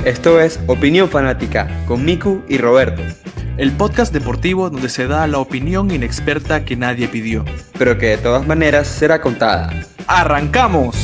Esto es Opinión Fanática con Miku y Roberto, el podcast deportivo donde se da la opinión inexperta que nadie pidió, pero que de todas maneras será contada. ¡Arrancamos!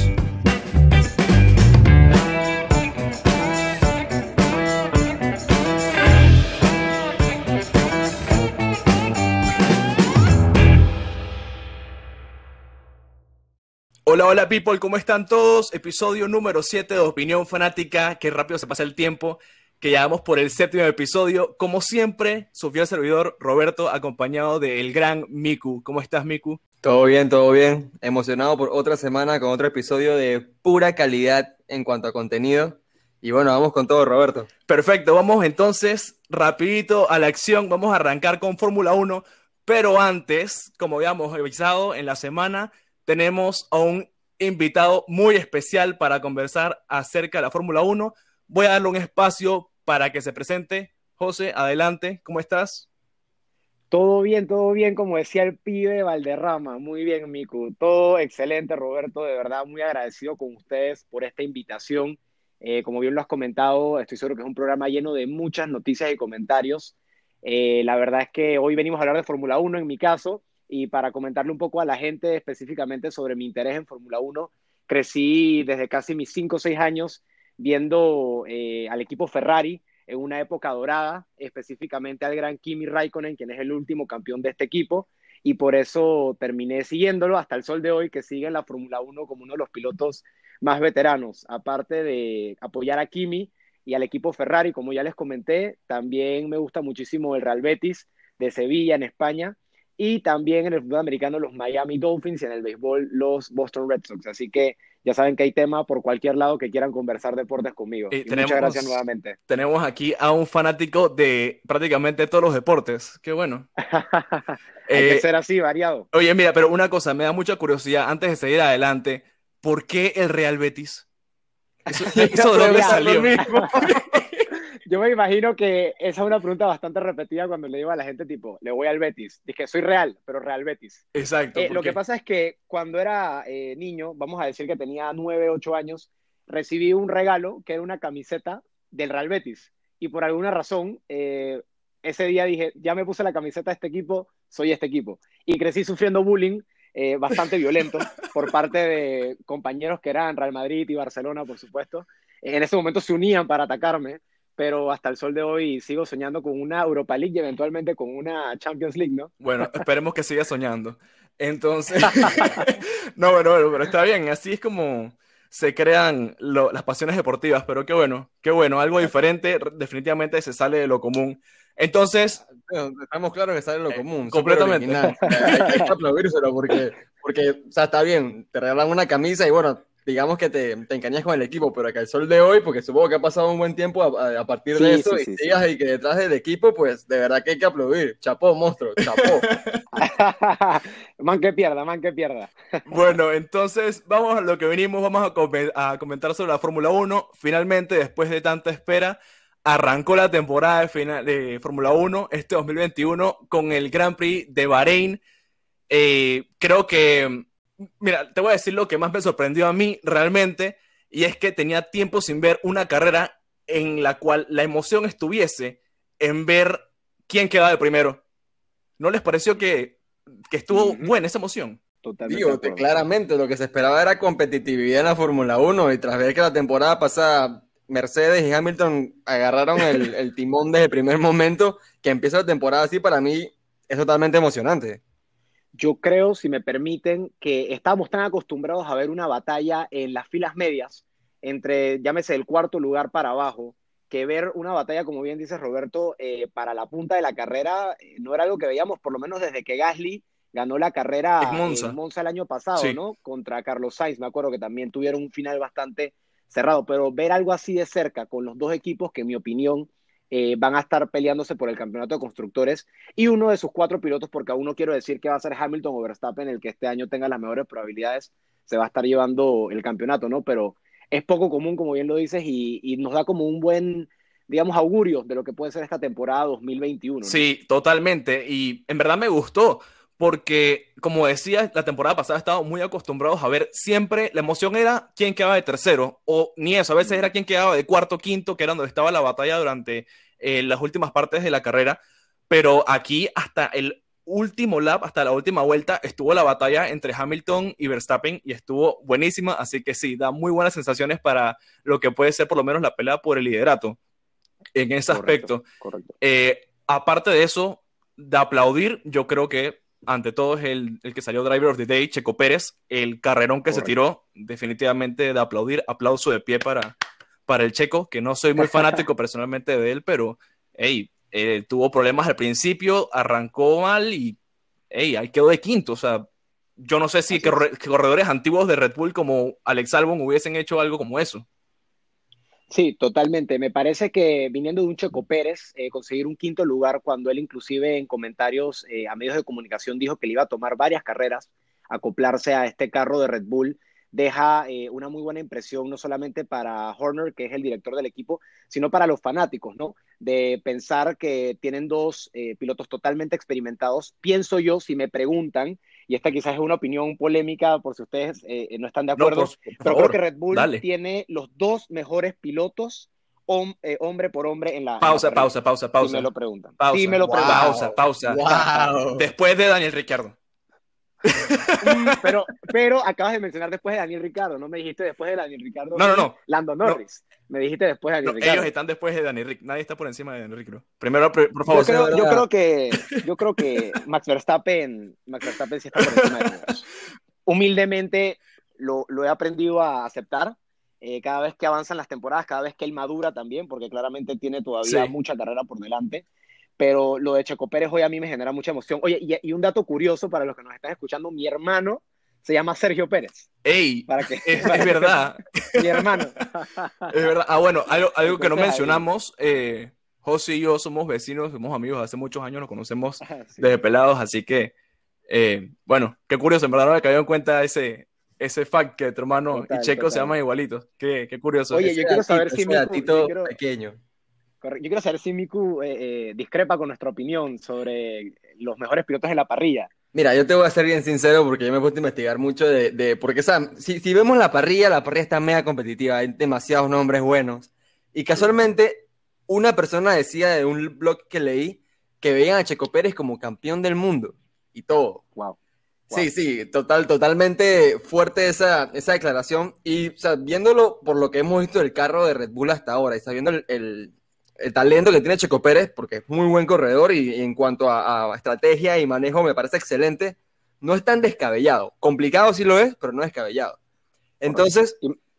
Hola people, ¿cómo están todos? Episodio número 7 de Opinión Fanática. Qué rápido se pasa el tiempo, que ya vamos por el 7º episodio. Como siempre, su fiel servidor Roberto, acompañado del gran Miku. ¿Cómo estás, Miku? Todo bien. Emocionado por otra semana con otro episodio de pura calidad en cuanto a contenido. Y bueno, vamos con todo, Roberto. Perfecto, vamos entonces rapidito a la acción. Vamos a arrancar con Fórmula 1, pero antes, como habíamos avisado en la semana, tenemos a un invitado muy especial para conversar acerca de la Fórmula 1. Voy a darle un espacio para que se presente. José, adelante, ¿cómo estás? Todo bien, como decía el pibe Valderrama. Muy bien, Miku. Todo excelente, Roberto. De verdad, muy agradecido con ustedes por esta invitación. Como bien lo has comentado, estoy seguro que es un programa lleno de muchas noticias y comentarios. La verdad es que hoy venimos a hablar de Fórmula 1 en mi caso, y para comentarle un poco a la gente específicamente sobre mi interés en Fórmula 1, crecí desde casi mis 5 o 6 años viendo al equipo Ferrari en una época dorada, específicamente al gran Kimi Raikkonen, quien es el último campeón de este equipo, y por eso terminé siguiéndolo hasta el sol de hoy, que sigue en la Fórmula 1 como uno de los pilotos más veteranos. Aparte de apoyar a Kimi y al equipo Ferrari, como ya les comenté, también me gusta muchísimo el Real Betis de Sevilla en España, y también en el fútbol americano los Miami Dolphins y en el béisbol los Boston Red Sox. Así que ya saben que hay tema por cualquier lado que quieran conversar deportes conmigo. Y muchas gracias nuevamente. Tenemos aquí a un fanático de prácticamente todos los deportes. Qué bueno. Hay que ser así, variado. Oye, mira, pero una cosa, me da mucha curiosidad, antes de seguir adelante, ¿por qué el Real Betis? ¿Eso de dónde salió? Yo me imagino que esa es una pregunta bastante repetida cuando le digo a la gente, tipo, le voy al Betis. Dije, soy Real, pero Real Betis. Exacto. Lo que pasa es que cuando era niño, vamos a decir que tenía 9, 8 años, recibí un regalo que era una camiseta del Real Betis. Y por alguna razón, ese día dije, ya me puse la camiseta de este equipo, soy este equipo. Y crecí sufriendo bullying bastante violento por parte de compañeros que eran Real Madrid y Barcelona, por supuesto. En ese momento se unían para atacarme, pero hasta el sol de hoy sigo soñando con una Europa League y eventualmente con una Champions League, ¿no? Bueno, esperemos que siga soñando. Entonces, no, bueno, pero está bien, así es como se crean las pasiones deportivas, pero qué bueno, algo diferente, definitivamente se sale de lo común. Entonces, estamos claros que sale de lo común. Completamente. Hay que aplaudírselo porque, o sea, está bien, te regalan una camisa y bueno, digamos que te encariñas con el equipo, pero que al sol de hoy, porque supongo que ha pasado un buen tiempo a partir de eso, y sigas ahí que detrás del equipo, pues de verdad que hay que aplaudir. Chapó, monstruo, chapó. Man que pierda. Bueno, entonces vamos a lo que venimos, vamos a comentar sobre la Fórmula 1. Finalmente, después de tanta espera, arrancó la temporada de Fórmula 1 este 2021 con el Grand Prix de Bahrein. Creo que, mira, te voy a decir lo que más me sorprendió a mí realmente, y es que tenía tiempo sin ver una carrera en la cual la emoción estuviese en ver quién quedaba de primero. ¿No les pareció que estuvo buena esa emoción? Totalmente. Claramente lo que se esperaba era competitividad en la Fórmula 1, y tras ver que la temporada pasada Mercedes y Hamilton agarraron el timón desde el primer momento que empieza la temporada así, para mí es totalmente emocionante. Yo creo, si me permiten, que estamos tan acostumbrados a ver una batalla en las filas medias, entre, llámese, el cuarto lugar para abajo, que ver una batalla, como bien dice Roberto, para la punta de la carrera, no era algo que veíamos, por lo menos desde que Gasly ganó la carrera en Monza el año pasado, sí, ¿no? Contra Carlos Sainz, me acuerdo que también tuvieron un final bastante cerrado, pero ver algo así de cerca con los dos equipos que, en mi opinión, van a estar peleándose por el campeonato de constructores, y uno de sus 4 pilotos, porque aún no quiero decir que va a ser Hamilton o Verstappen el que este año tenga las mejores probabilidades, se va a estar llevando el campeonato, ¿no? Pero es poco común, como bien lo dices, y nos da como un buen, digamos, augurio de lo que puede ser esta temporada 2021, ¿no? Sí, totalmente, y en verdad me gustó, porque como decía, la temporada pasada estábamos muy acostumbrados a ver siempre, la emoción era quién quedaba de tercero, o ni eso, a veces era quién quedaba de cuarto, quinto, que era donde estaba la batalla durante las últimas partes de la carrera, pero aquí hasta el último lap, hasta la última vuelta, estuvo la batalla entre Hamilton y Verstappen y estuvo buenísima, así que sí, da muy buenas sensaciones para lo que puede ser por lo menos la pelea por el liderato en ese aspecto. Correcto. Aparte de eso, de aplaudir, yo creo que ante todo es el que salió Driver of the Day, Checo Pérez, el carrerón que se tiró, definitivamente de aplaudir, aplauso de pie para el Checo, que no soy muy fanático personalmente de él, pero hey, tuvo problemas al principio, arrancó mal y hey, ahí quedó de quinto, o sea, yo no sé si corredores antiguos de Red Bull como Alex Albon hubiesen hecho algo como eso. Sí, totalmente. Me parece que viniendo de un Checo Pérez, conseguir un quinto lugar cuando él inclusive en comentarios a medios de comunicación dijo que le iba a tomar varias carreras acoplarse a este carro de Red Bull, deja una muy buena impresión no solamente para Horner, que es el director del equipo, sino para los fanáticos, ¿no? De pensar que tienen dos pilotos totalmente experimentados. Pienso yo, si me preguntan, y esta quizás es una opinión polémica por si ustedes no están de acuerdo, por pero favor, creo que Red Bull dale. tiene los dos mejores pilotos hombre por hombre en la Pausa. Si me lo preguntan. Si me lo preguntan. Pausa. Wow. Después de Daniel Ricciardo. Pero acabas de mencionar después de Daniel Ricciardo, no me dijiste después de Daniel Ricciardo. No. Lando Norris. No. Me dijiste después de Daniel Ricciardo. Ellos están después de Daniel Ricciardo. Nadie está por encima de Daniel Ricciardo. Primero, por favor. Yo creo que Max Verstappen sí está por encima de ellos. Humildemente lo he aprendido a aceptar. Cada vez que avanzan las temporadas, cada vez que él madura también, porque claramente tiene todavía mucha carrera por delante. Pero lo de Checo Pérez hoy a mí me genera mucha emoción. Oye, y un dato curioso para los que nos están escuchando, mi hermano se llama Sergio Pérez. ¡Ey! Es verdad. Mi hermano. Es verdad. Ah, bueno, algo que no Entonces, mencionamos, José y yo somos vecinos, somos amigos hace muchos años, nos conocemos desde pelados, así que, bueno, qué curioso, en verdad no me cayó en cuenta ese fact que tu hermano y Checo se llaman igualitos. Qué curioso. Oye, yo quiero saber si pequeño. Yo quiero saber si Miku discrepa con nuestra opinión sobre los mejores pilotos de la parrilla. Mira, yo te voy a ser bien sincero porque yo me he puesto a investigar mucho porque, ¿sabes? Si vemos la parrilla está mega competitiva, hay demasiados nombres buenos. Y casualmente, una persona decía de un blog que leí que veían a Checo Pérez como campeón del mundo y todo. Wow. Sí, totalmente fuerte esa declaración. Y, o sea, viéndolo por lo que hemos visto del carro de Red Bull hasta ahora y sabiendo el talento que tiene Checo Pérez, porque es muy buen corredor y en cuanto a estrategia y manejo me parece excelente, no es tan descabellado. Complicado sí lo es, pero no es descabellado. Entonces,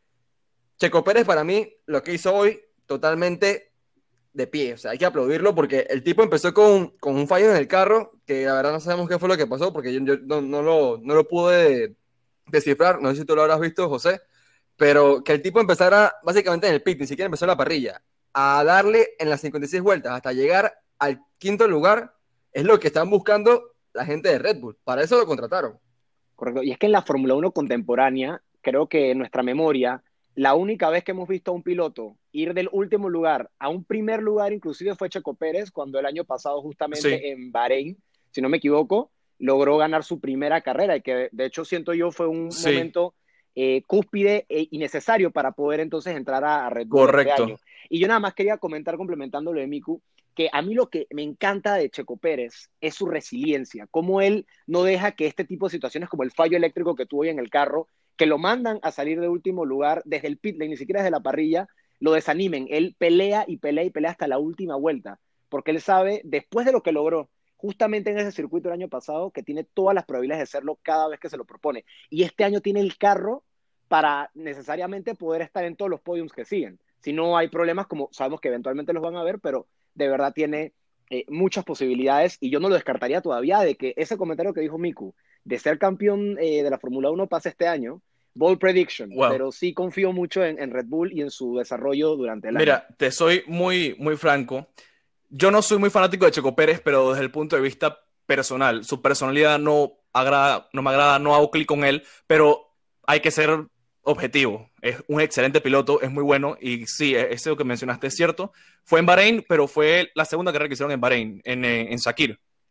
Checo Pérez para mí, lo que hizo hoy, totalmente de pie. O sea, hay que aplaudirlo porque el tipo empezó con un fallo en el carro, que la verdad no sabemos qué fue lo que pasó, porque yo no lo pude descifrar, no sé si tú lo habrás visto, José, pero que el tipo empezara básicamente en el pit, ni siquiera empezó en la parrilla, a darle en las 56 vueltas hasta llegar al quinto lugar, es lo que están buscando la gente de Red Bull. Para eso lo contrataron. Correcto. Y es que en la Fórmula 1 contemporánea, creo que en nuestra memoria, la única vez que hemos visto a un piloto ir del último lugar a un primer lugar, inclusive fue Checo Pérez, cuando el año pasado justamente en Bahrein, si no me equivoco, logró ganar su primera carrera y que de hecho siento yo fue un momento cúspide y necesario para poder entonces entrar a Red Bull este año. Y yo nada más quería comentar, complementando lo de Miku, que a mí lo que me encanta de Checo Pérez es su resiliencia, cómo él no deja que este tipo de situaciones como el fallo eléctrico que tuvo hoy en el carro, que lo mandan a salir de último lugar desde el pit lane, ni siquiera desde la parrilla, lo desanimen. Él pelea hasta la última vuelta, porque él sabe, después de lo que logró, justamente en ese circuito el año pasado, que tiene todas las probabilidades de serlo cada vez que se lo propone. Y este año tiene el carro para necesariamente poder estar en todos los podiums que siguen. Si no hay problemas, como sabemos que eventualmente los van a ver, pero de verdad tiene muchas posibilidades y yo no lo descartaría todavía de que ese comentario que dijo Miku de ser campeón de la Fórmula 1 pase este año. Bold prediction, pero sí confío mucho en Red Bull y en su desarrollo durante el año. Mira, te soy muy, muy franco. Yo no soy muy fanático de Checo Pérez, pero desde el punto de vista personal, su personalidad no me agrada, no hago clic con él, pero hay que ser objetivo. Es un excelente piloto, es muy bueno y sí, eso que mencionaste es cierto. Fue en Bahrein, pero fue la segunda carrera que hicieron en Bahrein, en Sakir.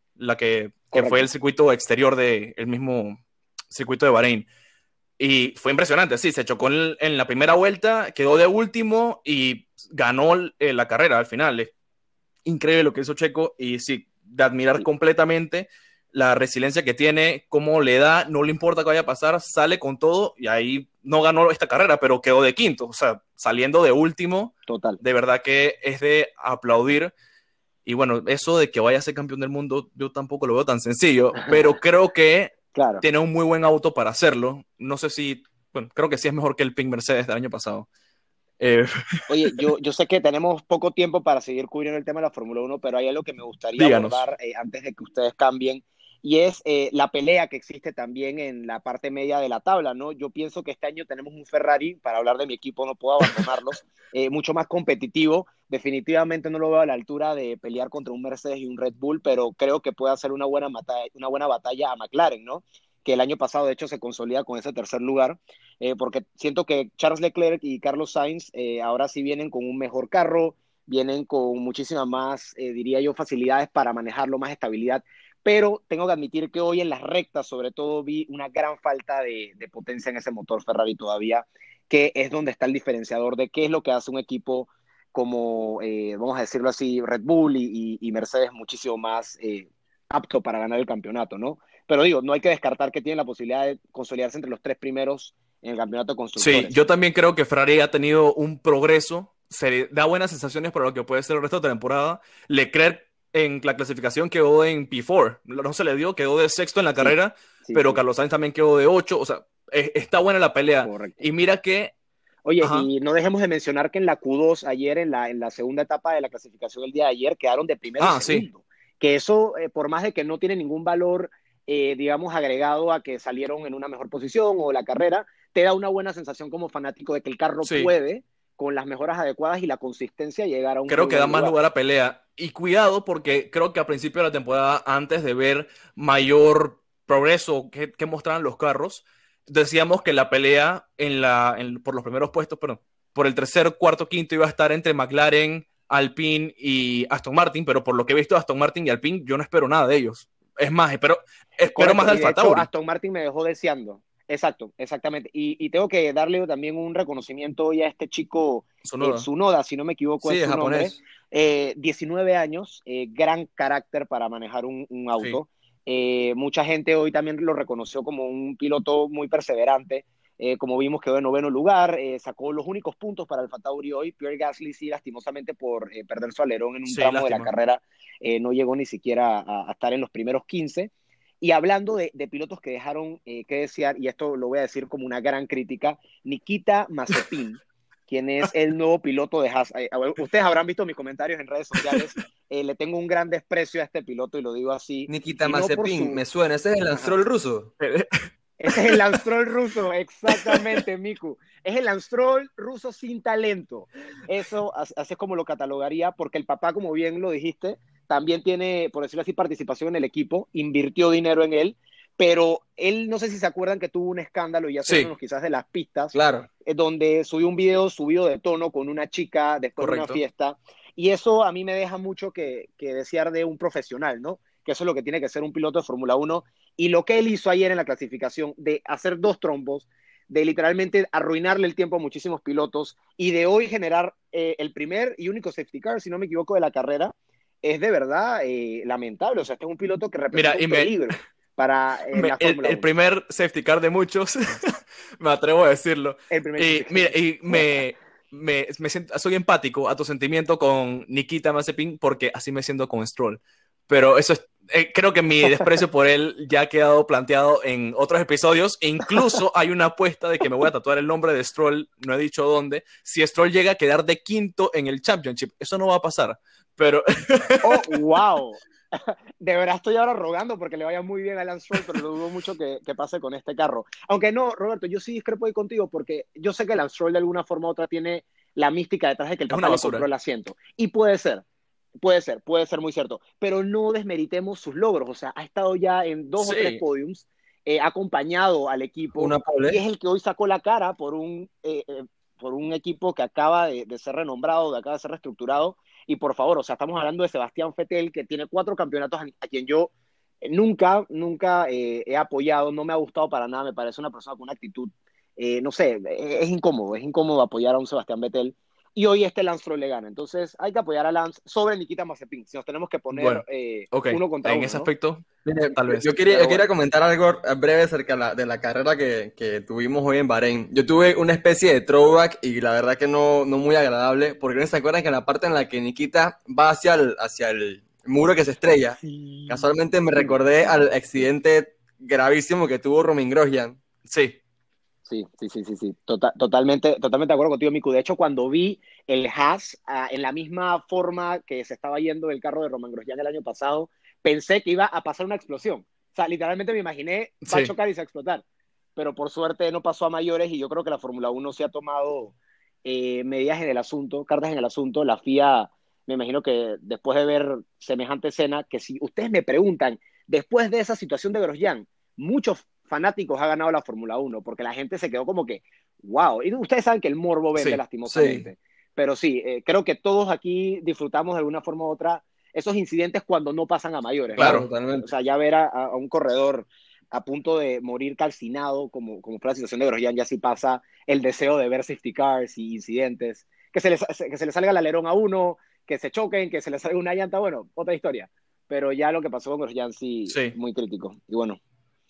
que fue el circuito exterior del mismo circuito de Bahrein. Y fue impresionante, sí, se chocó en la primera vuelta, quedó de último y ganó la carrera al final. Es increíble lo que hizo Checo y sí, de admirar completamente la resiliencia que tiene, cómo le da, no le importa qué vaya a pasar, sale con todo y ahí no ganó esta carrera, pero quedó de quinto, o sea, saliendo de último. Total. De verdad que es de aplaudir. Y bueno, eso de que vaya a ser campeón del mundo, yo tampoco lo veo tan sencillo, pero creo que tiene un muy buen auto para hacerlo. No sé si, bueno, creo que sí es mejor que el Pink Mercedes del año pasado. Oye, yo sé que tenemos poco tiempo para seguir cubriendo el tema de la Fórmula 1, pero hay algo que me gustaría abordar antes de que ustedes cambien, y es la pelea que existe también en la parte media de la tabla, ¿no? Yo pienso que este año tenemos un Ferrari, para hablar de mi equipo, no puedo abandonarlos, mucho más competitivo. Definitivamente no lo veo a la altura de pelear contra un Mercedes y un Red Bull, pero creo que puede hacer una buena batalla a McLaren, ¿no? Que el año pasado, de hecho, se consolida con ese tercer lugar, porque siento que Charles Leclerc y Carlos Sainz ahora sí vienen con un mejor carro, vienen con muchísimas más, diría yo, facilidades para manejarlo, más estabilidad, pero tengo que admitir que hoy en las rectas, sobre todo, vi una gran falta de potencia en ese motor Ferrari todavía, que es donde está el diferenciador de qué es lo que hace un equipo como, vamos a decirlo así, Red Bull y Mercedes muchísimo más apto para ganar el campeonato, ¿no? Pero digo, no hay que descartar que tienen la posibilidad de consolidarse entre los tres primeros en el campeonato de constructores. Sí, yo también creo que Ferrari ha tenido un progreso, se da buenas sensaciones para lo que puede ser el resto de temporada. Leclerc en la clasificación quedó en P4, no se le dio, quedó de sexto en la carrera, pero Carlos Sainz también quedó de 8, o sea, está buena la pelea. Correcto. Y mira que... Oye, y no dejemos de mencionar que en la Q2 ayer, en la segunda etapa de la clasificación del día de ayer, quedaron de primero y segundo. Que eso, por más de que no tiene ningún valor, digamos, agregado a que salieron en una mejor posición o la carrera, te da una buena sensación como fanático de que el carro puede, con las mejoras adecuadas y la consistencia, llegar a un... Creo que da más lugar a pelea. Y cuidado, porque creo que a principio de la temporada, antes de ver mayor progreso que mostraban los carros, decíamos que la pelea por los primeros puestos, por el tercer, cuarto, quinto iba a estar entre McLaren, Alpine y Aston Martin, pero por lo que he visto de Aston Martin y Alpine, yo no espero nada de ellos. Es más, espero más de Alfa Tauri. Aston Martin me dejó deseando. Exacto, exactamente. Y tengo que darle también un reconocimiento hoy a este chico Tsunoda, si no me equivoco, es su nombre. 19 años, gran carácter para manejar un auto. Mucha gente hoy también lo reconoció como un piloto muy perseverante. Como vimos, quedó en noveno lugar, sacó los únicos puntos para Alfa Tauri hoy. Pierre Gasly, sí, lastimosamente por perder su alerón en un tramo de la carrera, no llegó ni siquiera a estar en los primeros 15. Y hablando de pilotos que dejaron que desear, y esto lo voy a decir como una gran crítica, Nikita Mazepin, quien es el nuevo piloto de Haas. Ustedes habrán visto mis comentarios en redes sociales. Le tengo un gran desprecio a este piloto y lo digo así. Nikita Mazepin, me suena. ¿Ese es el Lance Stroll ruso? Ese es el Lance Stroll ruso, exactamente, Miku. Es el Lance Stroll ruso sin talento. Eso, así es como lo catalogaría, porque el papá, como bien lo dijiste, también tiene, por decirlo así, participación en el equipo, invirtió dinero en él, pero él, no sé si se acuerdan que tuvo un escándalo, y ya sabemos quizás de las pistas, donde subió un video subido de tono con una chica después de una fiesta, y eso a mí me deja mucho que desear de un profesional, ¿no? Que eso es lo que tiene que ser un piloto de Fórmula 1, y lo que él hizo ayer en la clasificación, de hacer 2 trompos, de literalmente arruinarle el tiempo a muchísimos pilotos, y de hoy generar el primer y único safety car, si no me equivoco, de la carrera, es de verdad lamentable. O sea, este es un piloto que representa un peligro para la Fórmula 1. El primer safety car de muchos, me atrevo a decirlo. Soy empático a tu sentimiento con Nikita Mazepin porque así me siento con Stroll. Pero eso es, creo que mi desprecio por él ya ha quedado planteado en otros episodios. E incluso hay una apuesta de que me voy a tatuar el nombre de Stroll, no he dicho dónde, si Stroll llega a quedar de quinto en el Championship. Eso no va a pasar. Pero... ¡Oh, wow! De verdad estoy ahora rogando porque le vaya muy bien a Lance Stroll, pero lo dudo mucho que pase con este carro. Aunque no, Roberto, yo sí discrepo ahí contigo porque yo sé que Lance Stroll de alguna forma u otra tiene la mística detrás de que el papá le compró el asiento. Y puede ser muy cierto, pero no desmeritemos sus logros. O sea, ha estado ya en 2 o 3 podiums, ha acompañado al equipo y es el que hoy sacó la cara por un equipo que acaba de ser renombrado, que acaba de ser reestructurado, Y por favor, o sea, estamos hablando de Sebastián Vettel, que tiene 4 campeonatos, a quien yo nunca he apoyado, no me ha gustado para nada, me parece una persona con una actitud, no sé, es incómodo apoyar a un Sebastián Vettel. Y hoy Lance Stroll le gana. Entonces hay que apoyar a Lance sobre Nikita Mazepin. Si nos tenemos que poner uno contra uno. En ese aspecto, Mire, tal vez. yo quería comentar algo breve acerca de la carrera que tuvimos hoy en Bahrein. Yo tuve una especie de throwback y la verdad que no muy agradable, porque no se acuerdan que en la parte en la que Nikita va hacia el muro que se estrella, Sí. casualmente me recordé al accidente gravísimo que tuvo Romain Grosjean. Sí. Sí. Totalmente de acuerdo contigo, Miku. De hecho, cuando vi el Haas en la misma forma que se estaba yendo el carro de Romain Grosjean el año pasado, pensé que iba a pasar una explosión. O sea, literalmente me imaginé, va a chocar y se va a explotar. Pero por suerte no pasó a mayores y yo creo que la Fórmula 1 se ha tomado medidas en el asunto, cartas en el asunto. La FIA, me imagino que después de ver semejante escena, que si ustedes me preguntan, después de esa situación de Grosjean, muchos fanáticos ha ganado la Fórmula 1, porque la gente se quedó como que, wow, y ustedes saben que el morbo vende lastimosamente, pero sí, creo que todos aquí disfrutamos de alguna forma u otra esos incidentes cuando no pasan a mayores. Claro, ¿no? totalmente. O sea, ya ver a un corredor a punto de morir calcinado, como fue la situación de Grosjean, ya sí pasa el deseo de ver safety cars y incidentes, que se le salga el alerón a uno, que se choquen, que se le salga una llanta, bueno, otra historia. Pero ya lo que pasó con Grosjean sí, muy crítico. Y bueno,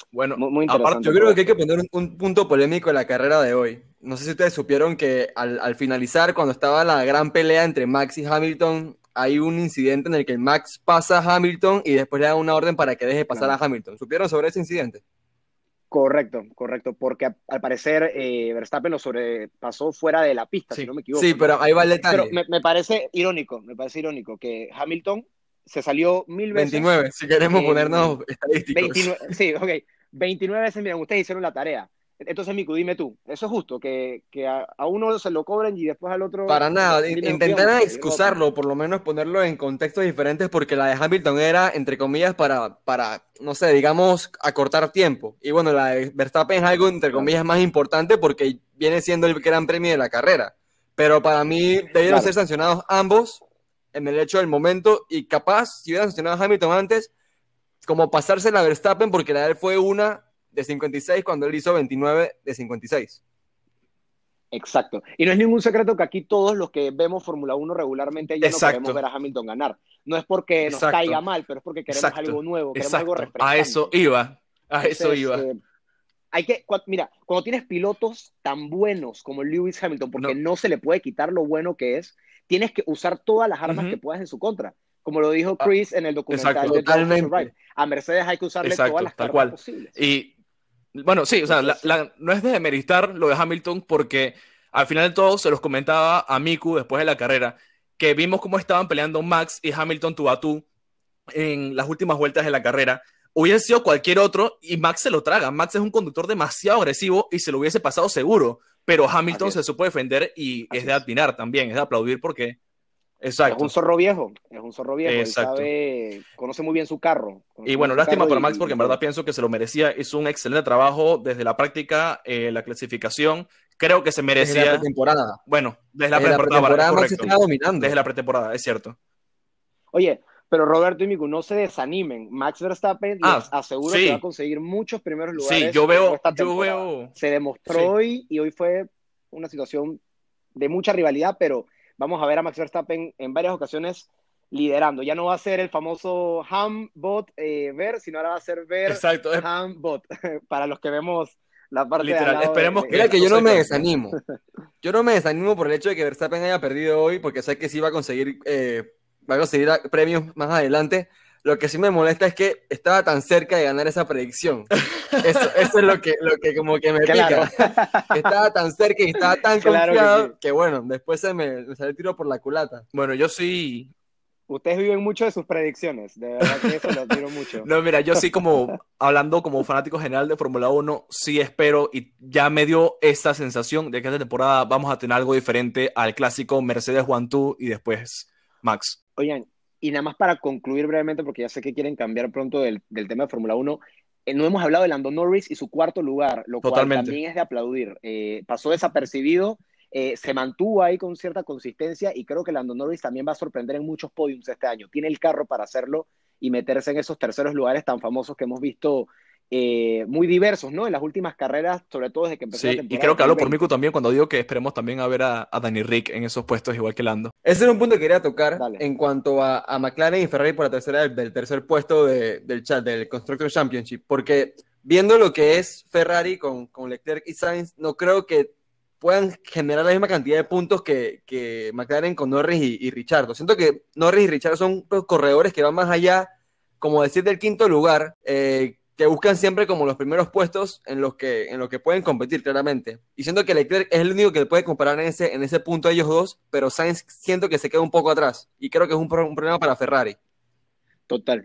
muy interesante. Aparte, yo creo que hay que poner un punto polémico en la carrera de hoy. No sé si ustedes supieron que al finalizar, cuando estaba la gran pelea entre Max y Hamilton, hay un incidente en el que Max pasa a Hamilton y después le da una orden para que deje pasar a Hamilton. ¿Supieron sobre ese incidente? Correcto, porque al parecer Verstappen lo sobrepasó fuera de la pista, si no me equivoco. Sí, pero ahí va el detalle. Pero me parece irónico que Hamilton se salió 1000 veces. 29, si queremos ponernos estadísticos. 29, sí, ok. 29 veces, miren, ustedes hicieron la tarea. Entonces, Miku, dime tú, ¿eso es justo? Que a uno se lo cobren y después al otro... Para nada, intentar excusarlo, por lo menos ponerlo en contextos diferentes, porque la de Hamilton era, entre comillas, para no sé, digamos, acortar tiempo. Y bueno, la de Verstappen es algo, entre comillas, más importante porque viene siendo el gran premio de la carrera. Pero para mí debieron ser sancionados ambos en el hecho del momento, y capaz, si hubieran sancionado a Hamilton antes, como pasarse la Verstappen, porque la de él fue una de 56 cuando él hizo 29 de 56. Exacto. Y no es ningún secreto que aquí todos los que vemos Fórmula 1 regularmente ya no queremos ver a Hamilton ganar. No es porque nos caiga mal, pero es porque queremos algo nuevo, queremos algo refrescante. A eso iba. Mira, cuando tienes pilotos tan buenos como Lewis Hamilton, porque no se le puede quitar lo bueno que es, tienes que usar todas las armas que puedas en su contra. Como lo dijo Chris en el documental de totalmente. A Mercedes hay que usarle todas las cartas posibles. Y bueno, sí, o sea, no es de demeritar lo de Hamilton, porque al final de todo se los comentaba a Miku después de la carrera, que vimos cómo estaban peleando Max y Hamilton tú a tú en las últimas vueltas de la carrera. Hubiese sido cualquier otro y Max se lo traga. Max es un conductor demasiado agresivo y se lo hubiese pasado seguro, pero Hamilton se supo defender y es de admirar también, es de aplaudir porque... Exacto. Es un zorro viejo. Él sabe, conoce muy bien su carro. Y bueno, lástima para Max porque en verdad pienso que se lo merecía. Hizo un excelente trabajo desde la práctica, la clasificación. Creo que se merecía. Desde la pretemporada. Bueno, desde la pretemporada Max estaba dominando. Desde la pretemporada, es cierto. Oye, pero Roberto y Miku, no se desanimen. Max Verstappen les aseguro que va a conseguir muchos primeros lugares. Sí, yo veo. Se demostró hoy y hoy fue una situación de mucha rivalidad, pero vamos a ver a Max Verstappen en varias ocasiones liderando. Ya no va a ser el famoso Ham-Bot Ver, sino ahora va a ser Ver Ham-Bot. Para los que vemos la parte literal, de al lado esperemos Mira que yo no me desanimo. Yo no me desanimo por el hecho de que Verstappen haya perdido hoy, porque sé que sí va a conseguir premios más adelante. Lo que sí me molesta es que estaba tan cerca de ganar esa predicción. Eso es lo que como que me pica. Estaba tan cerca y estaba tan confiado que bueno, después se me salió el tiro por la culata. Bueno, yo sí... Ustedes viven mucho de sus predicciones, de verdad que eso lo admiro mucho. No, mira, yo sí hablando como fanático general de Fórmula 1, sí espero y ya me dio esta sensación de que esta temporada vamos a tener algo diferente al clásico Mercedes 1-2 y después Max. Oigan, y nada más para concluir brevemente, porque ya sé que quieren cambiar pronto del tema de Fórmula 1, no hemos hablado de Lando Norris y su cuarto lugar, lo cual también es de aplaudir. Pasó desapercibido se mantuvo ahí con cierta consistencia y creo que Lando Norris también va a sorprender en muchos podiums este año. Tiene el carro para hacerlo y meterse en esos terceros lugares tan famosos que hemos visto muy diversos, ¿no? En las últimas carreras, sobre todo desde que empezó la Sí, y temporada creo que hablo por 2020. Miku también cuando digo que esperemos también a ver a Danny Rick en esos puestos igual que Lando. Ese era un punto que quería tocar Dale. en cuanto a McLaren y Ferrari por la tercera del tercer puesto del Constructor Championship, porque viendo lo que es Ferrari con Leclerc y Sainz, no creo que puedan generar la misma cantidad de puntos que McLaren con Norris y Ricciardo. Siento que Norris y Ricciardo son corredores que van más allá, como decir, del quinto lugar, que buscan siempre como los primeros puestos en los que pueden competir claramente. Y siento que Leclerc es el único que puede comparar en ese punto a ellos dos, pero Sainz siento que se queda un poco atrás. Y creo que es un problema para Ferrari. Total.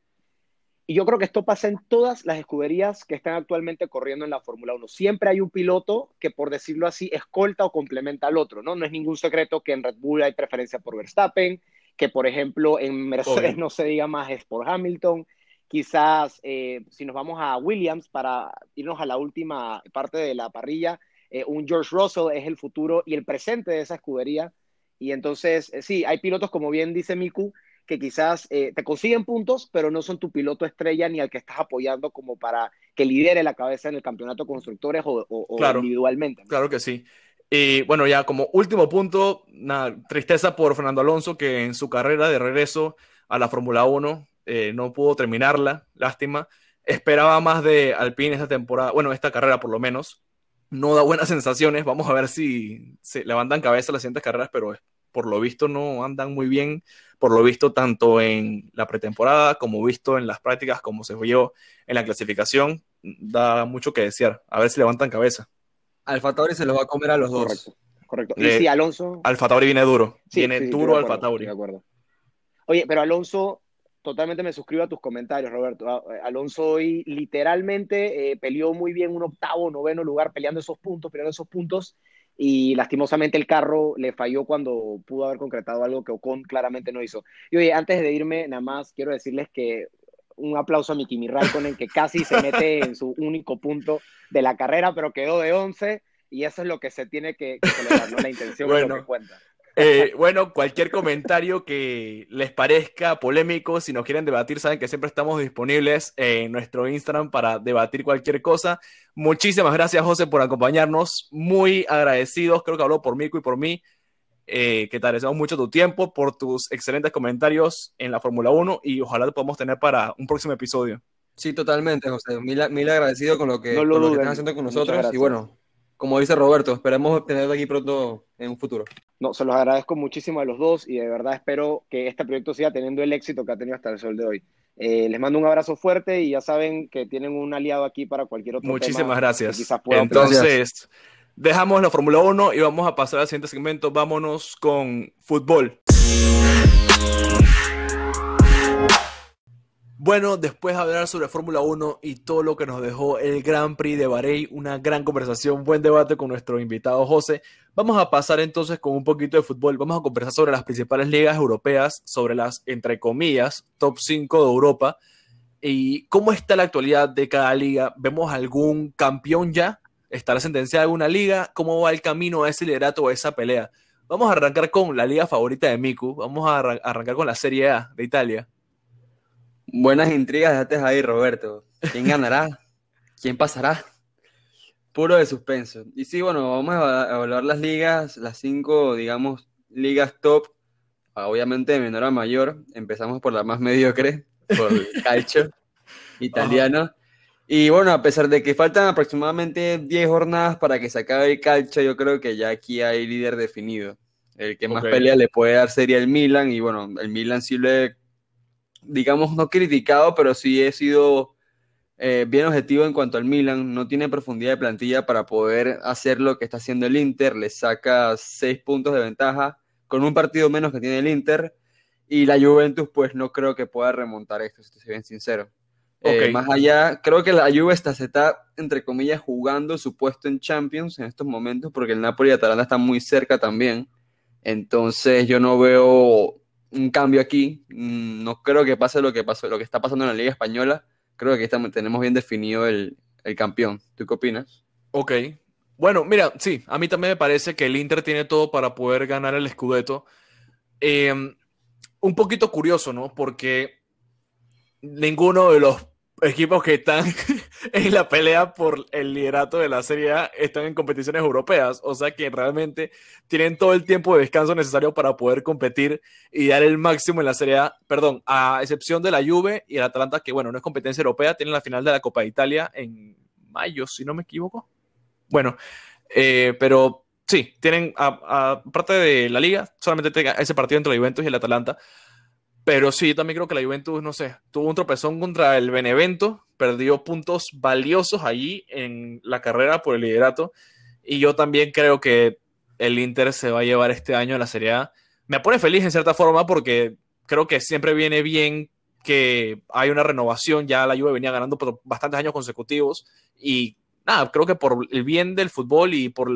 Y yo creo que esto pasa en todas las escuderías que están actualmente corriendo en la Fórmula 1. Siempre hay un piloto que, por decirlo así, escolta o complementa al otro, ¿no? No es ningún secreto que en Red Bull hay preferencia por Verstappen, que, por ejemplo, en Mercedes no se diga más es por Hamilton. Quizás, si nos vamos a Williams, para irnos a la última parte de la parrilla, un George Russell es el futuro y el presente de esa escudería. Y entonces, sí, hay pilotos, como bien dice Miku, que quizás te consiguen puntos, pero no son tu piloto estrella ni al que estás apoyando como para que lidere la cabeza en el campeonato de constructores o Claro, individualmente, ¿no? claro que sí. Y bueno, ya como último punto, una tristeza por Fernando Alonso, que en su carrera de regreso a la Fórmula 1 no pudo terminarla, lástima. Esperaba más de Alpine esta temporada, bueno, esta carrera por lo menos. No da buenas sensaciones, vamos a ver si se levantan cabeza las siguientes carreras, pero por lo visto no andan muy bien, por lo visto tanto en la pretemporada como visto en las prácticas, como se vio en la clasificación, da mucho que desear, a ver si levantan cabeza. Alfa Tauri se los va a comer a los dos. Correcto. Y sí, Alonso. Alfa Tauri viene duro. Sí, Viene sí, duro Alfa estoy Tauri. de acuerdo. Oye, pero Alonso, totalmente me suscribo a tus comentarios, Roberto. Alonso hoy literalmente peleó muy bien un octavo, noveno lugar, peleando esos puntos, y lastimosamente el carro le falló cuando pudo haber concretado algo que Ocon claramente no hizo. Y oye, antes de irme, nada más quiero decirles que un aplauso a mi Kimi Raikkonen, que casi se mete en su único punto de la carrera, pero quedó de 11, y eso es lo que se tiene que celebrar, ¿no? La intención es lo que cuenta. Bueno, cualquier comentario que les parezca polémico, si nos quieren debatir, saben que siempre estamos disponibles en nuestro Instagram para debatir cualquier cosa. Muchísimas gracias, José, por acompañarnos. Muy agradecidos, creo que habló por Mico y por mí, que te agradecemos mucho tu tiempo, por tus excelentes comentarios en la Fórmula 1 y ojalá te podamos tener para un próximo episodio. Sí, totalmente, José. Mil agradecido con lo que estás haciendo con nosotros. Y bueno, como dice Roberto, esperemos tenerlo aquí pronto en un futuro. No, se los agradezco muchísimo a los dos y de verdad espero que este proyecto siga teniendo el éxito que ha tenido hasta el sol de hoy. Les mando un abrazo fuerte y ya saben que tienen un aliado aquí para cualquier otro Muchísimas tema gracias. Que quizás pueda Entonces, dejamos la Fórmula 1 y vamos a pasar al siguiente segmento. Vámonos con fútbol. Bueno, después de hablar sobre Fórmula 1 y todo lo que nos dejó el Grand Prix de Bahrein, una gran conversación, buen debate con nuestro invitado José, vamos a pasar entonces con un poquito de fútbol. Vamos a conversar sobre las principales ligas europeas, sobre las, entre comillas, top 5 de Europa y cómo está la actualidad de cada liga. ¿Vemos algún campeón ya? ¿Estará sentenciada alguna liga? ¿Cómo va el camino a ese liderato o a esa pelea? Vamos a arrancar con la liga favorita de Miku. Vamos a arrancar con la Serie A de Italia. Buenas intrigas dejaste ahí, Roberto. ¿Quién ganará? ¿Quién pasará? Puro de suspenso. Y sí, bueno, vamos a evaluar las ligas, las 5, digamos, ligas top, obviamente de menor a mayor. Empezamos por la más mediocre, por el calcio italiano. Y bueno, a pesar de que faltan aproximadamente 10 jornadas para que se acabe el calcio, yo creo que ya aquí hay líder definido. El que más pelea le puede dar sería el Milan, y bueno, el Milan sí digamos, no criticado, pero sí he sido bien objetivo en cuanto al Milan. No tiene profundidad de plantilla para poder hacer lo que está haciendo el Inter. Le saca 6 puntos de ventaja con un partido menos que tiene el Inter. Y la Juventus, pues no creo que pueda remontar esto, si te soy bien sincero. Más allá, creo que la Juve se está, entre comillas, jugando su puesto en Champions en estos momentos, porque el Napoli y Atalanta están muy cerca también. Entonces yo no veo un cambio aquí. No creo que pase lo que está pasando en la Liga Española. Creo que aquí tenemos bien definido el campeón. ¿Tú qué opinas? Ok. Bueno, mira, sí, a mí también me parece que el Inter tiene todo para poder ganar el Scudetto. Eh, un poquito curioso, ¿no? Porque ninguno de los equipos que están en la pelea por el liderato de la Serie A están en competiciones europeas. O sea que realmente tienen todo el tiempo de descanso necesario para poder competir y dar el máximo en la Serie A. Perdón, a excepción de la Juve y el Atalanta, que bueno, no es competencia europea, tienen la final de la Copa de Italia en mayo, si no me equivoco. Bueno, pero sí, tienen, aparte de la Liga, solamente tenga ese partido entre la Juventus y el Atalanta. Pero sí, yo también creo que la Juventus, no sé, tuvo un tropezón contra el Benevento, perdió puntos valiosos allí en la carrera por el liderato. Y yo también creo que el Inter se va a llevar este año a la Serie A. Me pone feliz en cierta forma porque creo que siempre viene bien que hay una renovación. Ya la Juve venía ganando por bastantes años consecutivos. Y nada, creo que por el bien del fútbol y por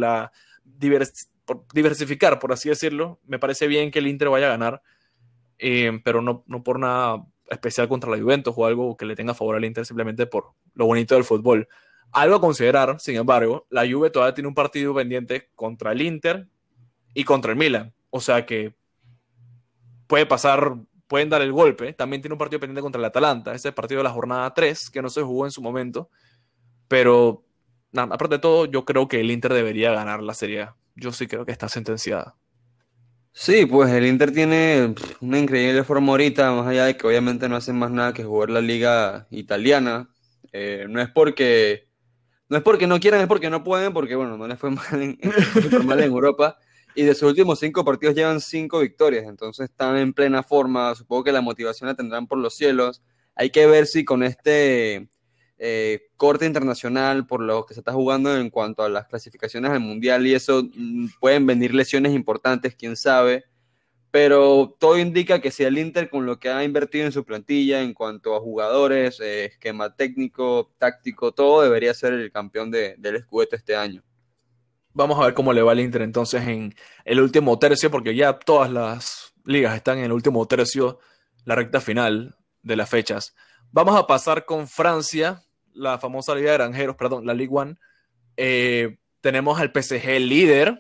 por diversificar, por así decirlo, me parece bien que el Inter vaya a ganar. Pero no por nada especial contra la Juventus o algo que le tenga favor al Inter, simplemente por lo bonito del fútbol. Algo a considerar, sin embargo, la Juve todavía tiene un partido pendiente contra el Inter y contra el Milan, o sea que puede pasar, pueden dar el golpe. También tiene un partido pendiente contra el Atalanta, ese partido de la jornada 3 que no se jugó en su momento, pero nada, aparte de todo, yo creo que el Inter debería ganar la Serie A. Yo sí creo que está sentenciada. Sí, pues el Inter tiene una increíble forma ahorita, más allá de que obviamente no hacen más nada que jugar la liga italiana. No es porque no quieran, es porque no pueden, porque bueno, no les fue mal les fue súper mal en Europa. Y de sus últimos 5 partidos llevan 5 victorias, entonces están en plena forma. Supongo que la motivación la tendrán por los cielos. Hay que ver si con este corte internacional, por lo que se está jugando en cuanto a las clasificaciones al Mundial y eso, pueden venir lesiones importantes, quién sabe. Pero todo indica que si el Inter con lo que ha invertido en su plantilla en cuanto a jugadores, esquema técnico, táctico, todo debería ser el campeón del Scudetto este año. Vamos a ver cómo le va al Inter entonces en el último tercio, porque ya todas las ligas están en el último tercio, la recta final de las fechas. Vamos a pasar con Francia, la famosa Liga de Granjeros, perdón, la Ligue 1. Tenemos al PSG líder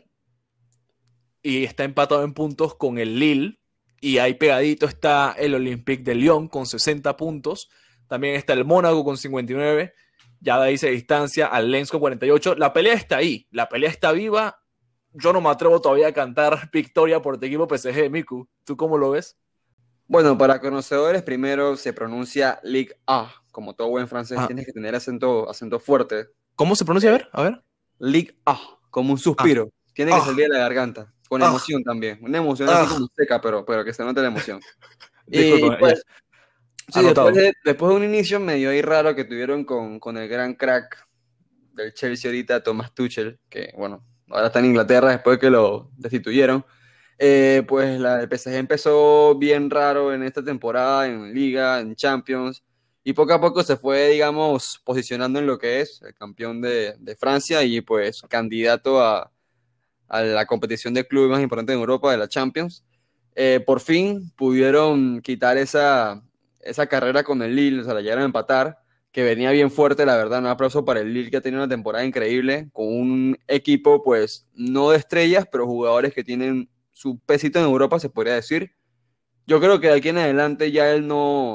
y está empatado en puntos con el Lille. Y ahí pegadito está el Olympique de Lyon con 60 puntos. También está el Mónaco con 59. Ya de ahí se distancia al Lens con 48. La pelea está ahí, la pelea está viva. Yo no me atrevo todavía a cantar victoria por tu equipo PSG, Miku. ¿Tú cómo lo ves? Bueno, para conocedores, primero se pronuncia Ligue A. Como todo buen francés, Ah, tienes que tener acento fuerte. ¿cómo se pronuncia? A ver, a ver. Ligue A, como un Ah, suspiro. Tiene que ah, salir de la garganta, con ah, emoción también. Una emoción así ah. como seca, pero que se note la emoción. Y Disculpa, ya. pues, sí, después Anotado. de un inicio medio ahí raro que tuvieron con el gran crack del Chelsea ahorita, Thomas Tuchel, que bueno, ahora está en Inglaterra después de que lo destituyeron. Pues el PSG empezó bien raro en esta temporada, en Liga, en Champions, y poco a poco se fue, digamos, posicionando en lo que es el campeón de Francia y pues candidato a la competición de clubes más importante en Europa, de la Champions. Por fin pudieron quitar esa carrera con el Lille, o sea, la llegaron a empatar, que venía bien fuerte, la verdad. Un aplauso para el Lille, que ha tenido una temporada increíble, con un equipo, pues, no de estrellas, pero jugadores que tienen su pesito en Europa, se podría decir. Yo creo que de aquí en adelante ya él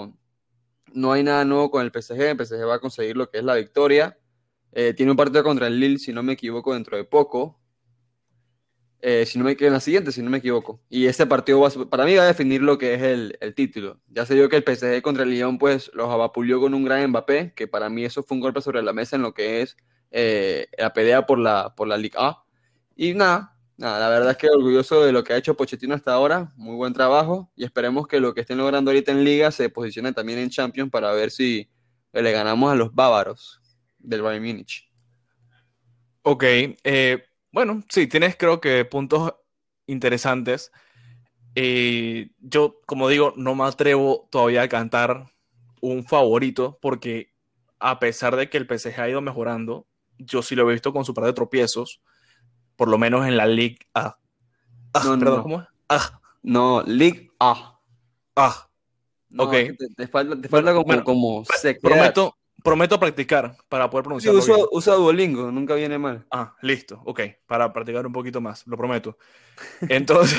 no hay nada nuevo con el PSG. El PSG va a conseguir lo que es la victoria. Tiene un partido contra el Lille, si no me equivoco, dentro de poco. En la siguiente, si no me equivoco. Y este partido para mí va a definir lo que es el título. Ya se vio que el PSG contra el Lyon pues los abapulió con un gran Mbappé, que para mí eso fue un golpe sobre la mesa en lo que es la pelea por la Ligue A. Y nada, la verdad es que orgulloso de lo que ha hecho Pochettino hasta ahora, muy buen trabajo, y esperemos que lo que estén logrando ahorita en Liga se posicione también en Champions para ver si le ganamos a los bávaros del Bayern Múnich. Ok, bueno, sí, tienes creo que puntos interesantes. Yo, como digo, no me atrevo todavía a cantar un favorito porque a pesar de que el PSG ha ido mejorando, yo sí lo he visto con su par de tropiezos, por lo menos en la Ligue A. No, no, Perdón, no, ¿cómo es? no, Ligue A. Ah, ok. No, es que te falta Bueno, como, bueno, como sequedad. prometo, Prometo practicar para poder pronunciarlo bien. Usa Duolingo, nunca viene mal. Ah, listo, ok, para practicar un poquito más, lo prometo. Entonces,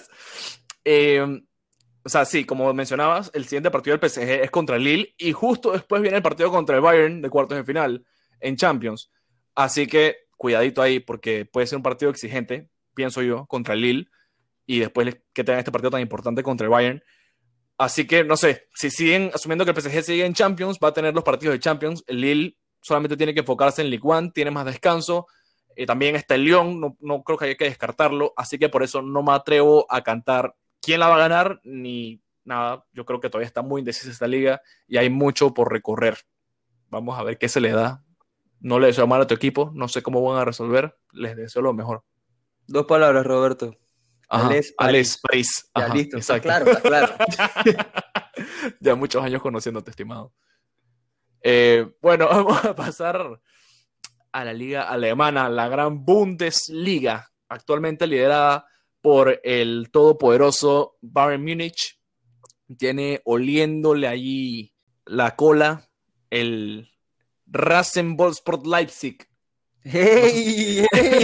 eh, o sea, sí, como mencionabas, el siguiente partido del PSG es contra el Lille y justo después viene el partido contra el Bayern de cuartos de final en Champions. Así que cuidadito ahí porque puede ser un partido exigente, pienso yo, contra el Lille y después que tengan este partido tan importante contra el Bayern. Así que, no sé, si siguen asumiendo que el PSG sigue en Champions, va a tener los partidos de Champions. El Lille solamente tiene que enfocarse en Ligue 1, tiene más descanso. También está el Lyon, no creo que haya que descartarlo. Así que por eso no me atrevo a cantar quién la va a ganar ni nada. Yo creo que todavía está muy indecisa esta liga y hay mucho por recorrer. Vamos a ver qué se le da. No le deseo mal a tu equipo, no sé cómo van a resolver. Les deseo lo mejor. 2 palabras, Roberto. Ales París. Ya, Ajá, listo, exacto. está claro. Ya muchos años conociéndote, estimado. Bueno, vamos a pasar a la liga alemana, la gran Bundesliga, actualmente liderada por el todopoderoso Bayern Múnich. Tiene oliéndole allí la cola el Rasenballsport Leipzig. ¡Hey!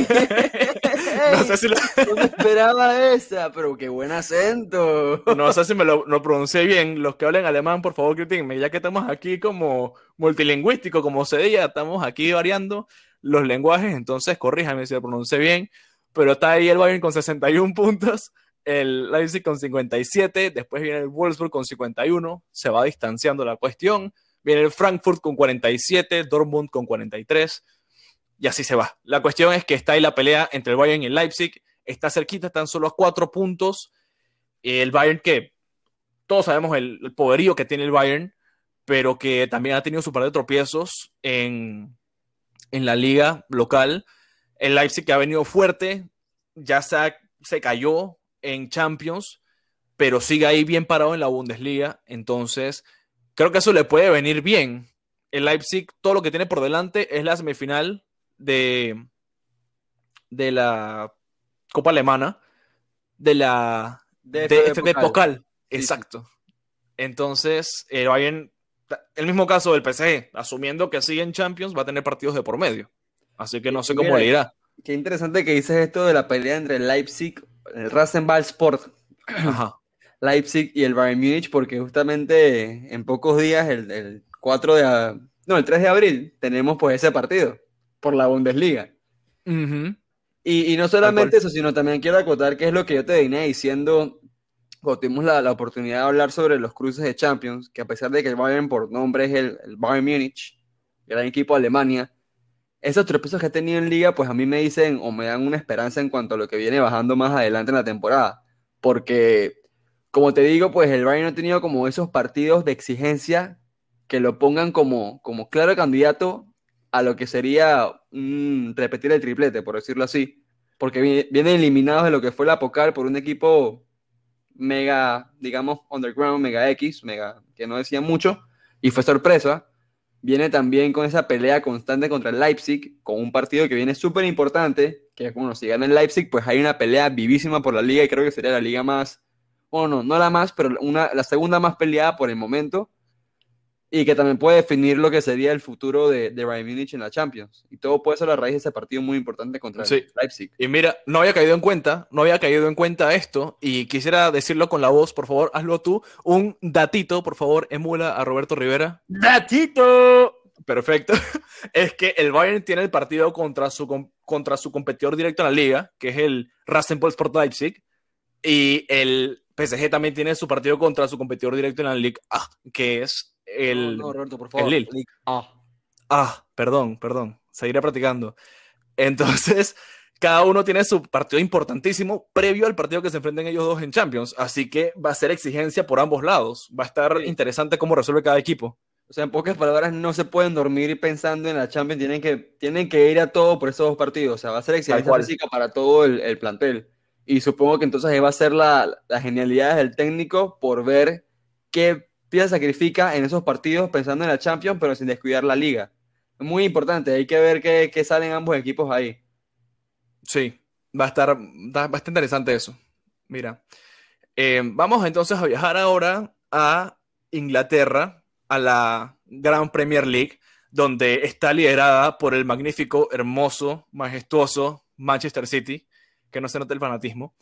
No sé si lo... No me esperaba esa, pero qué buen acento. No sé si me lo pronuncié bien. Los que hablen alemán, por favor, critíquenme, ya que estamos aquí como multilingüístico, como se diga, estamos aquí variando los lenguajes, entonces corríjame si lo pronuncié bien. Pero está ahí el Bayern con 61 puntos, el Leipzig con 57, después viene el Wolfsburg con 51, se va distanciando la cuestión. Viene el Frankfurt con 47, Dortmund con 43. Y así se va. La cuestión es que está ahí la pelea entre el Bayern y el Leipzig. Está cerquita, están solo a 4 puntos. El Bayern que todos sabemos el poderío que tiene el Bayern, pero que también ha tenido su par de tropiezos en la liga local. El Leipzig que ha venido fuerte, ya se cayó en Champions, pero sigue ahí bien parado en la Bundesliga. Entonces, creo que eso le puede venir bien. El Leipzig, todo lo que tiene por delante es la semifinal de la Copa Alemana, de la DFB Pokal. Exacto. Sí. Entonces, el Bayern, el mismo caso del PSG, asumiendo que sigue en Champions, va a tener partidos de por medio. Así que no sé cómo le irá. Qué interesante que dices esto de la pelea entre el Leipzig, el Rasenballsport, Leipzig y el Bayern Múnich, porque justamente en pocos días, el 3 de abril, tenemos pues ese partido por la Bundesliga. Uh-huh. Y no solamente eso, sino también quiero acotar que es lo que yo te venía diciendo cuando tuvimos la oportunidad de hablar sobre los cruces de Champions, que a pesar de que el Bayern por nombre es el Bayern Múnich, gran equipo de Alemania, esos tropiezos que ha tenido en Liga, pues a mí me dicen o me dan una esperanza en cuanto a lo que viene bajando más adelante en la temporada. Porque, como te digo, pues el Bayern no ha tenido como esos partidos de exigencia que lo pongan como claro candidato a lo que sería repetir el triplete, por decirlo así. Porque vienen eliminados de lo que fue la Pokal por un equipo mega, digamos, underground, mega X, mega, que no decía mucho, y fue sorpresa. Viene también con esa pelea constante contra el Leipzig, con un partido que viene súper importante, que bueno, si gana el Leipzig, pues hay una pelea vivísima por la liga, y creo que sería la liga más, bueno, no la más, pero la segunda más peleada por el momento, y que también puede definir lo que sería el futuro de Bayern Múnich en la Champions. Y todo puede ser a raíz de ese partido muy importante contra el Leipzig. Y mira, no había caído en cuenta esto, y quisiera decirlo con la voz, por favor, hazlo tú. Un datito, por favor, emula a Roberto Rivera. ¡Datito! Perfecto. Es que el Bayern tiene el partido contra su competidor directo en la liga, que es el Rasenballsport Leipzig, y el PSG también tiene su partido contra su competidor directo en la Liga A, que es No, Roberto, por favor. El Lille. Perdón. Seguiré practicando. Entonces, cada uno tiene su partido importantísimo previo al partido que se enfrenten ellos dos en Champions. Así que va a ser exigencia por ambos lados. Va a estar interesante cómo resuelve cada equipo. O sea, en pocas palabras, no se pueden dormir pensando en la Champions. Tienen que ir a todo por esos dos partidos. O sea, va a ser exigencia física para todo el plantel. Y supongo que entonces ahí va a ser la genialidad del técnico por ver qué pieza sacrifica en esos partidos pensando en la Champions, pero sin descuidar la liga. Es muy importante, hay que ver qué salen ambos equipos ahí. Sí, va a estar interesante eso. Mira, vamos entonces a viajar ahora a Inglaterra, a la Gran Premier League. donde está liderada por el magnífico, hermoso, majestuoso Manchester City, que no se nota el fanatismo.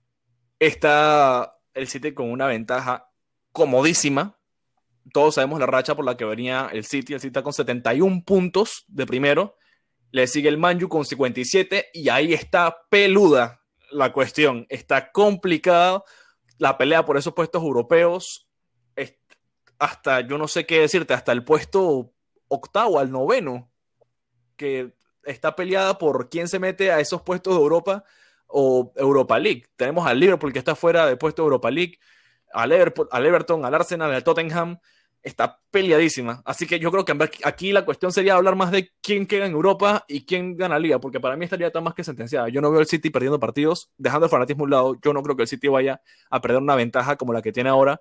Está el City con una ventaja comodísima. Todos sabemos la racha por la que venía el City. El City está con 71 puntos de primero. Le sigue el Man U con 57 y ahí está peluda la cuestión. Está complicada la pelea por esos puestos europeos. Hasta, yo no sé qué decirte, hasta el puesto octavo al noveno, que está peleada por quién se mete a esos puestos de Europa o Europa League. Tenemos al Liverpool que está fuera de puesto de Europa League, al Everton, al Arsenal, al Tottenham. Está peleadísima. Así que yo creo que aquí la cuestión sería hablar más de quién queda en Europa y quién gana Liga, porque para mí estaría tan más que sentenciada. Yo no veo el City perdiendo partidos, dejando el fanatismo a un lado. Yo no creo que el City vaya a perder una ventaja como la que tiene ahora,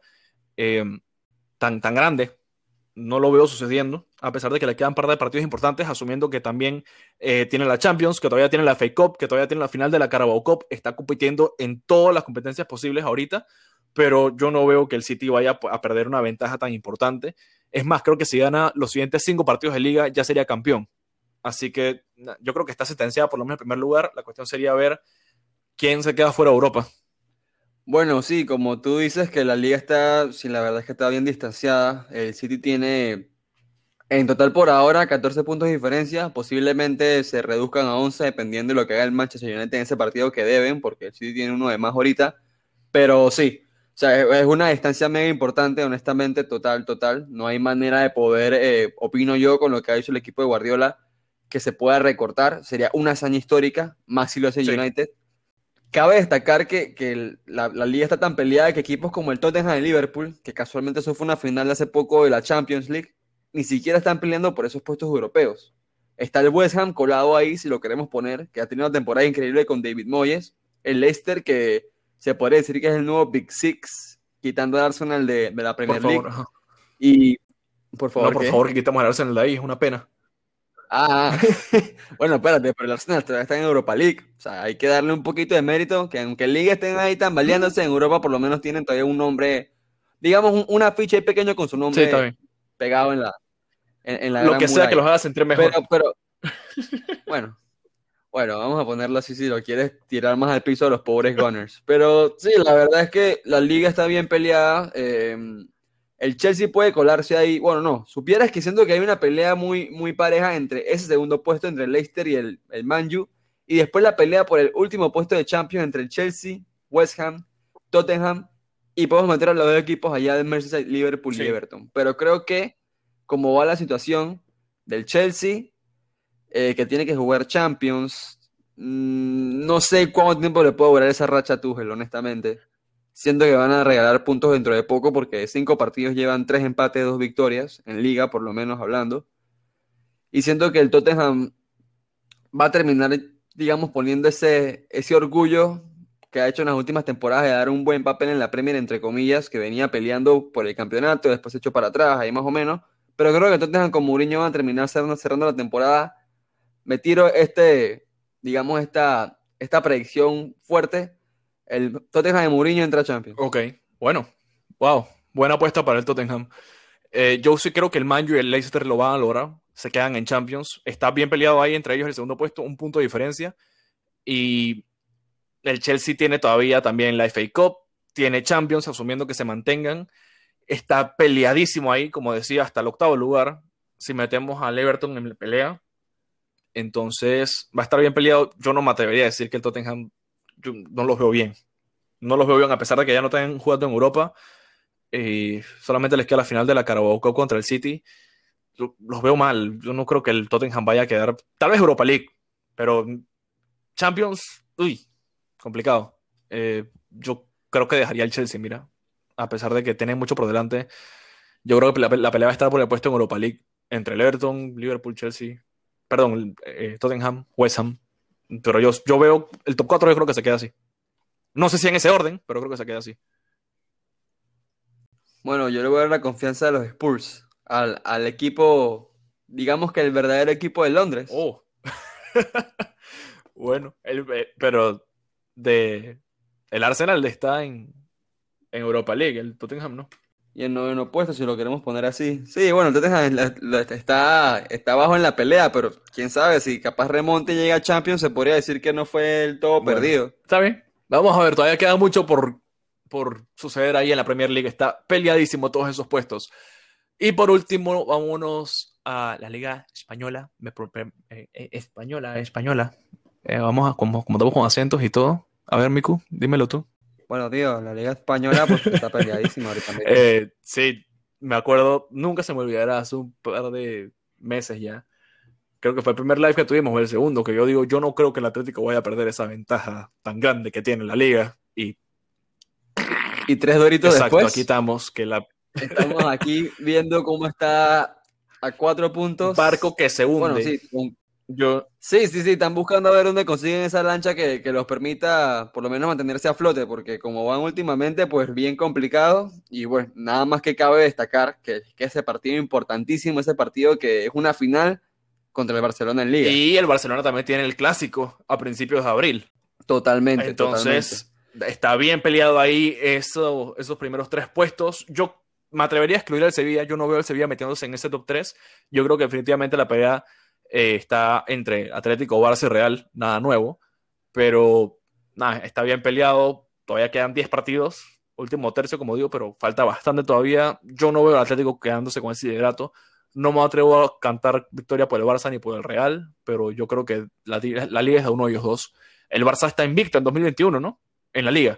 tan grande. No lo veo sucediendo, a pesar de que le quedan un par de partidos importantes, asumiendo que también tiene la Champions, que todavía tiene la FA Cup, que todavía tiene la final de la Carabao Cup. Está compitiendo en todas las competencias posibles ahorita, pero yo no veo que el City vaya a perder una ventaja tan importante. Es más, creo que si gana los siguientes 5 partidos de Liga ya sería campeón. Así que yo creo que está sentenciada por lo menos en primer lugar. La cuestión sería ver quién se queda fuera de Europa. Bueno, sí, como tú dices que la liga está, sí, la verdad es que está bien distanciada. El City tiene en total por ahora 14 puntos de diferencia. Posiblemente se reduzcan a 11 dependiendo de lo que haga el Manchester United en ese partido que deben, porque el City tiene uno de más ahorita. Pero sí, o sea, es una distancia mega importante, honestamente, total. No hay manera de poder, opino yo, con lo que ha hecho el equipo de Guardiola, que se pueda recortar. Sería una hazaña histórica, más si lo hace Sí. United. Cabe destacar que la liga está tan peleada que equipos como el Tottenham y Liverpool, que casualmente eso fue una final de hace poco de la Champions League, ni siquiera están peleando por esos puestos europeos. Está el West Ham colado ahí, si lo queremos poner, que ha tenido una temporada increíble con David Moyes. El Leicester, que se podría decir que es el nuevo Big Six, quitando al Arsenal de la Por Premier League. favor. Y, por No, favor, por ¿qué? favor, que quitamos al Arsenal de ahí, es una pena. Bueno, espérate, pero el Arsenal todavía está en Europa League. O sea, hay que darle un poquito de mérito, que aunque en Liga estén ahí tambaleándose, en Europa por lo menos tienen todavía un nombre, digamos, una ficha ahí pequeño con su Sí, está nombre bien. pegado en la Lo gran que sea que los muralla. haga sentir mejor. Pero, bueno, vamos a ponerlo así si lo quieres tirar más al piso a los pobres Gunners. Pero sí, la verdad es que la liga está bien peleada. El Chelsea puede colarse ahí. Bueno, no, supieras que siento que hay una pelea muy pareja entre ese segundo puesto entre el Leicester y el Man U. Y después la pelea por el último puesto de Champions entre el Chelsea, West Ham, Tottenham. Y podemos meter a los dos equipos allá de Merseyside, Liverpool y Sí. Everton. Pero creo que como va la situación del Chelsea, que tiene que jugar Champions. No sé cuánto tiempo le puede durar esa racha a Tuchel, honestamente. Siento que van a regalar puntos dentro de poco porque de 5 partidos llevan 3 empates, 2 victorias, en liga por lo menos hablando. Y siento que el Tottenham va a terminar, digamos, poniendo ese orgullo que ha hecho en las últimas temporadas de dar un buen papel en la Premier, entre comillas, que venía peleando por el campeonato, después se echó para atrás, ahí más o menos. Pero creo que el Tottenham con Mourinho van a terminar cerrando la temporada. Me tiro digamos, esta predicción fuerte. El Tottenham de Mourinho entra a Champions. Ok, bueno. Wow, buena apuesta para el Tottenham. Yo sí creo que el Man U y el Leicester lo van a lograr. Se quedan en Champions. Está bien peleado ahí entre ellos el segundo puesto, un punto de diferencia. Y el Chelsea tiene todavía también la FA Cup, tiene Champions, asumiendo que se mantengan. Está peleadísimo ahí, como decía, hasta el octavo lugar. Si metemos al Everton en la pelea, entonces va a estar bien peleado. Yo no me atrevería a decir que el Tottenham, yo no los veo bien. No los veo bien, a pesar de que ya no están jugando en Europa. Solamente les queda la final de la Carabao Cup contra el City. Yo los veo mal. Yo no creo que el Tottenham vaya a quedar. Tal vez Europa League, pero Champions, uy, complicado. Yo creo que dejaría el Chelsea, mira. A pesar de que tiene mucho por delante, yo creo que la pelea va a estar por el puesto en Europa League entre el Everton, Liverpool, Chelsea, perdón, Tottenham, West Ham. Pero yo veo el top 4, yo creo que se queda así. No sé si en ese orden, pero creo que se queda así. Bueno, yo le voy a dar la confianza de los Spurs al equipo, digamos que el verdadero equipo de Londres. Oh, bueno, pero el Arsenal está en Europa League, el Tottenham no. y en noveno puesto, si lo queremos poner así. Sí, bueno, el Tottenham está abajo en la pelea, pero quién sabe, si capaz remonte y llega a Champions, se podría decir que no fue el todo Bueno, perdido. está bien. Vamos a ver, todavía queda mucho por suceder ahí en la Premier League. Está peleadísimo todos esos puestos. Y por último, vámonos a la Liga Española. Española. Vamos a, como estamos con acentos y todo. A ver, Miku, dímelo tú. Bueno, tío, la Liga Española pues está peleadísima ahorita mismo. Sí, me acuerdo, nunca se me olvidará, hace un par de meses ya. Creo que fue el primer live que tuvimos, o el segundo, que yo digo, yo no creo que el Atlético vaya a perder esa ventaja tan grande que tiene la liga. Y 3 doritos exacto, después, aquí estamos, que estamos aquí viendo cómo está a 4 puntos. barco que se hunde. Bueno, sí, sí, están buscando a ver dónde consiguen esa lancha que los permita por lo menos mantenerse a flote, porque como van últimamente, pues bien complicado. Y bueno, nada más que cabe destacar que ese partido importantísimo, ese partido que es una final contra el Barcelona en Liga. Y el Barcelona también tiene el clásico a principios de abril. Totalmente. Entonces, está bien peleado ahí esos primeros 3 puestos. Yo me atrevería a excluir al Sevilla. Yo no veo al Sevilla metiéndose en ese top 3. Yo creo que definitivamente la pelea está entre Atlético, Barça y Real. Nada nuevo. Pero nada, está bien peleado. Todavía quedan 10 partidos. Último tercio, como digo, pero falta bastante todavía. Yo no veo al Atlético quedándose con ese liderato. No me atrevo a cantar victoria por el Barça ni por el Real, pero yo creo que la liga es de uno de ellos dos. El Barça está invicto en 2021, ¿no? En la liga.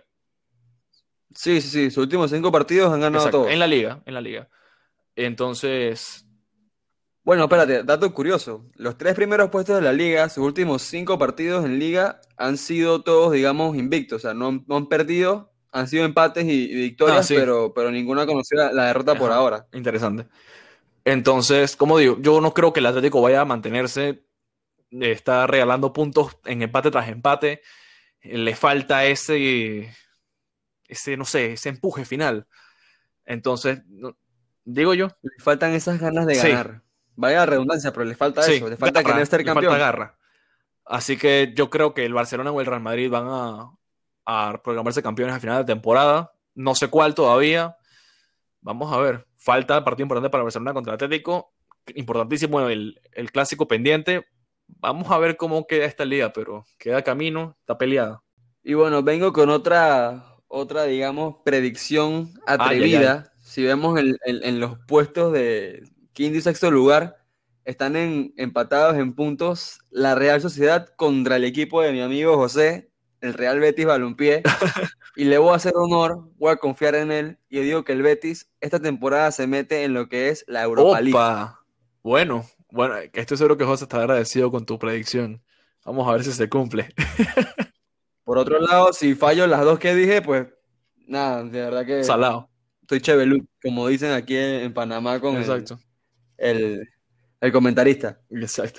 Sí. Sus últimos 5 partidos han ganado todos. En la liga. Entonces, bueno, espérate, dato curioso. Los 3 primeros puestos de la liga, sus últimos 5 partidos en liga han sido todos, digamos, invictos. O sea, no han perdido, han sido empates y victorias, sí. pero ninguno ha conocido la derrota por ahora. Interesante. Entonces, como digo, yo no creo que el Atlético vaya a mantenerse. Está regalando puntos en empate tras empate. Le falta ese, no sé, ese empuje final. Entonces, digo yo. Le faltan esas ganas de ganar. Vaya la redundancia, pero le falta eso. Le falta querer ser campeón. Le falta garra. Así que yo creo que el Barcelona o el Real Madrid van a programarse campeones a final de temporada. No sé cuál todavía. Vamos a ver. Falta partido importante para el Barcelona contra el Atlético. Importantísimo el clásico pendiente. Vamos a ver cómo queda esta liga, pero queda camino, está peleada. Y bueno, vengo con otra digamos, predicción atrevida. Si vemos en los puestos de quinto y sexto lugar, están empatados en puntos la Real Sociedad contra el equipo de mi amigo José, el Real Betis Balompié. Y le voy a hacer honor, voy a confiar en él, y yo digo que el Betis esta temporada se mete en lo que es la Europa League. Bueno, estoy seguro que José está agradecido con tu predicción. Vamos a ver si se cumple. Por otro lado, si fallo las 2 que dije, pues nada, de verdad que salado. Estoy chevelú, como dicen aquí en Panamá con Exacto. el comentarista. Exacto.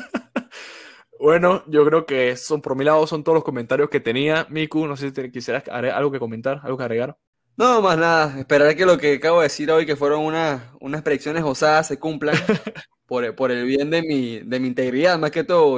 Bueno, yo creo que por mi lado son todos los comentarios que tenía. Miku, no sé si quisieras algo que comentar, algo que agregar. No, más nada, esperar que lo que acabo de decir hoy, que fueron unas predicciones osadas, se cumplan por el bien de mi integridad, más que todo.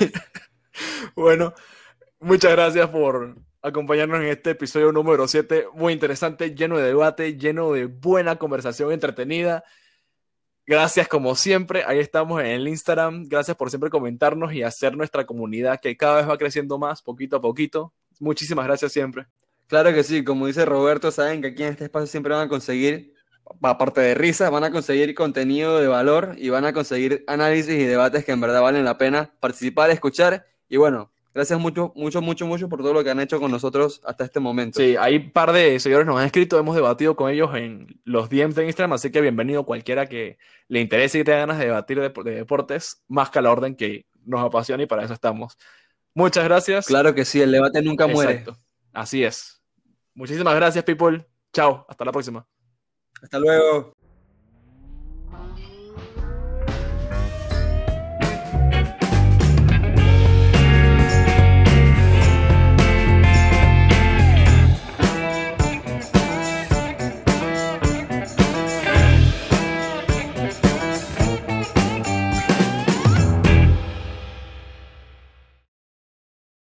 Bueno, muchas gracias por acompañarnos en este episodio número 7, muy interesante, lleno de debate, lleno de buena conversación entretenida. Gracias como siempre, ahí estamos en el Instagram, gracias por siempre comentarnos y hacer nuestra comunidad que cada vez va creciendo más, poquito a poquito. Muchísimas gracias siempre. Claro que sí, como dice Roberto, saben que aquí en este espacio siempre van a conseguir, aparte de risas, van a conseguir contenido de valor y van a conseguir análisis y debates que en verdad valen la pena participar, escuchar y bueno, gracias mucho por todo lo que han hecho con nosotros hasta este momento. Sí, hay un par de seguidores nos han escrito, hemos debatido con ellos en los DMs de Instagram, así que bienvenido cualquiera que le interese y tenga ganas de debatir de deportes, más que a la orden que nos apasiona y para eso estamos. Muchas gracias. Claro que sí, el debate nunca muere. Exacto, así es. Muchísimas gracias, people. Chao, hasta la próxima. Hasta luego.